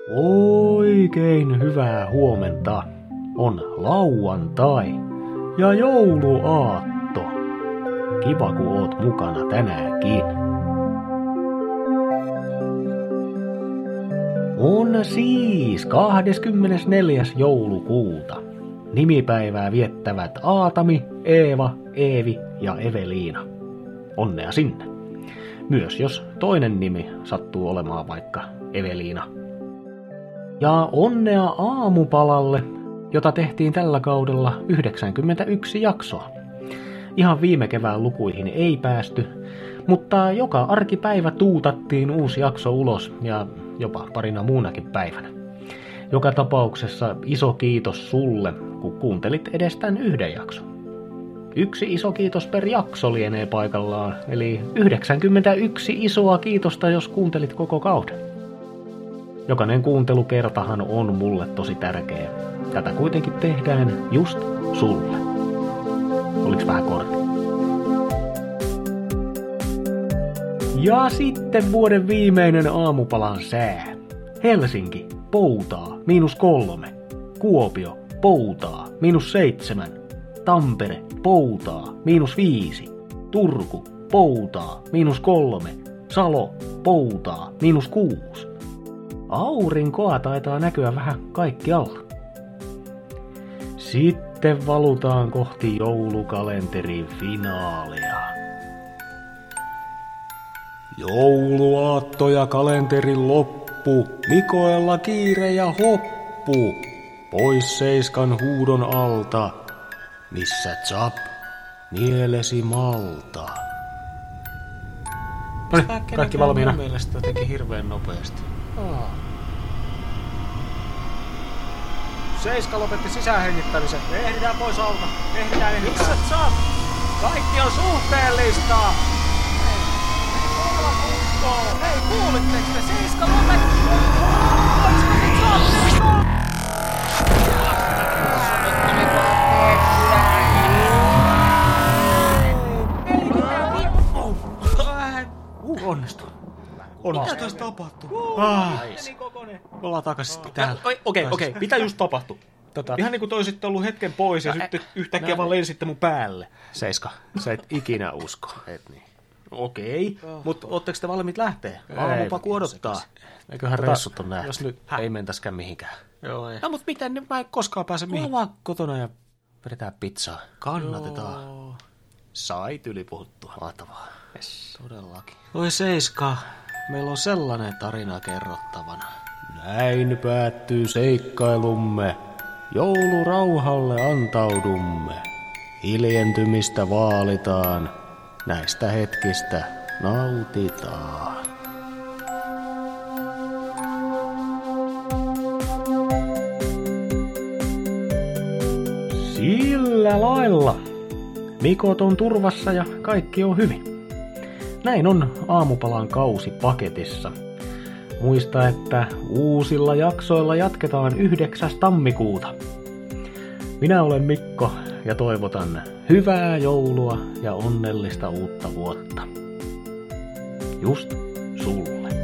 Oikein hyvää huomenta. On lauantai ja jouluaatto. Kiva kun oot mukana tänäänkin. On siis 24. joulukuuta. Nimipäivää viettävät Aatami, Eeva, Eevi ja Eveliina. Onnea sinne. Myös jos toinen nimi sattuu olemaan vaikka Eveliina. Ja onnea aamupalalle, jota tehtiin tällä kaudella 91 jaksoa. Ihan viime kevään lukuihin ei päästy, mutta joka arkipäivä tuutattiin uusi jakso ulos ja jopa parina muunakin päivänä. Joka tapauksessa iso kiitos sulle, kun kuuntelit edes tämän yhden jakson. Yksi iso kiitos per jakso lienee paikallaan, eli 91 isoa kiitosta, jos kuuntelit koko kauden. Jokainen kuuntelukertahan on mulle tosi tärkeä. Tätä kuitenkin tehdään just sulle. Oliks vähän korni? Ja sitten vuoden viimeinen aamupalan sää. Helsinki, poutaa, -3. Kuopio, poutaa, -7. Tampere, poutaa, -5. Turku, poutaa, -3. Salo, poutaa, -6. Aurinkoa taitaa näkyä vähän kaikkialla. Sitten valutaan kohti joulukalenterin finaalia. Jouluaatto ja kalenterin loppu, Mikoella kiire ja hoppu. Pois seiskan huudon alta, missä Zap, mielesi malta. Kaikki valmiina. Mun mielestä jotenkin hirveän nopeasti. Seiska lopetti sisäänhengittämisen. Me ehditään pois alta. Ehditään. Missä Zap? Kaikki on suhteellista. Hei, kuulitteko te? Seiska lopetti! Olisiko se Zap? Onnistu. Mitä tässä tapahtuu? Me ollaan takaisin täällä. Okei. Mitä just tapahtui? Ihan niinku toisitte ollut hetken pois ja sitten yhtäkkiä vaan lensitte mun päälle. Seiska, sä et ikinä usko. Et niin. Okei, Mutta ootteko te valmiit lähteä? Aamupaku odottaa. Eiköhän reissut on nähty. Jos nyt... Ei mentäskään mihinkään. Joo, ei. No mut miten nyt mä en koskaan pääse mihin? Ollaan vaan kotona ja vedetään pizzaa. Kannatetaan. Joo. Sait ylipuhuttua. Mahtavaa. Yes. Todellakin. Oi Seiska, meillä on sellainen tarina kerrottavana. Näin päättyy seikkailumme. Joulurauhalle antaudumme. Hiljentymistä vaalitaan. Näistä hetkistä nautitaan. Sillä lailla. Mikot on turvassa ja kaikki on hyvin. Näin on aamupalan kausi paketissa. Muista, että uusilla jaksoilla jatketaan 9. tammikuuta. Minä olen Mikko ja toivotan hyvää joulua ja onnellista uutta vuotta. Just sulle.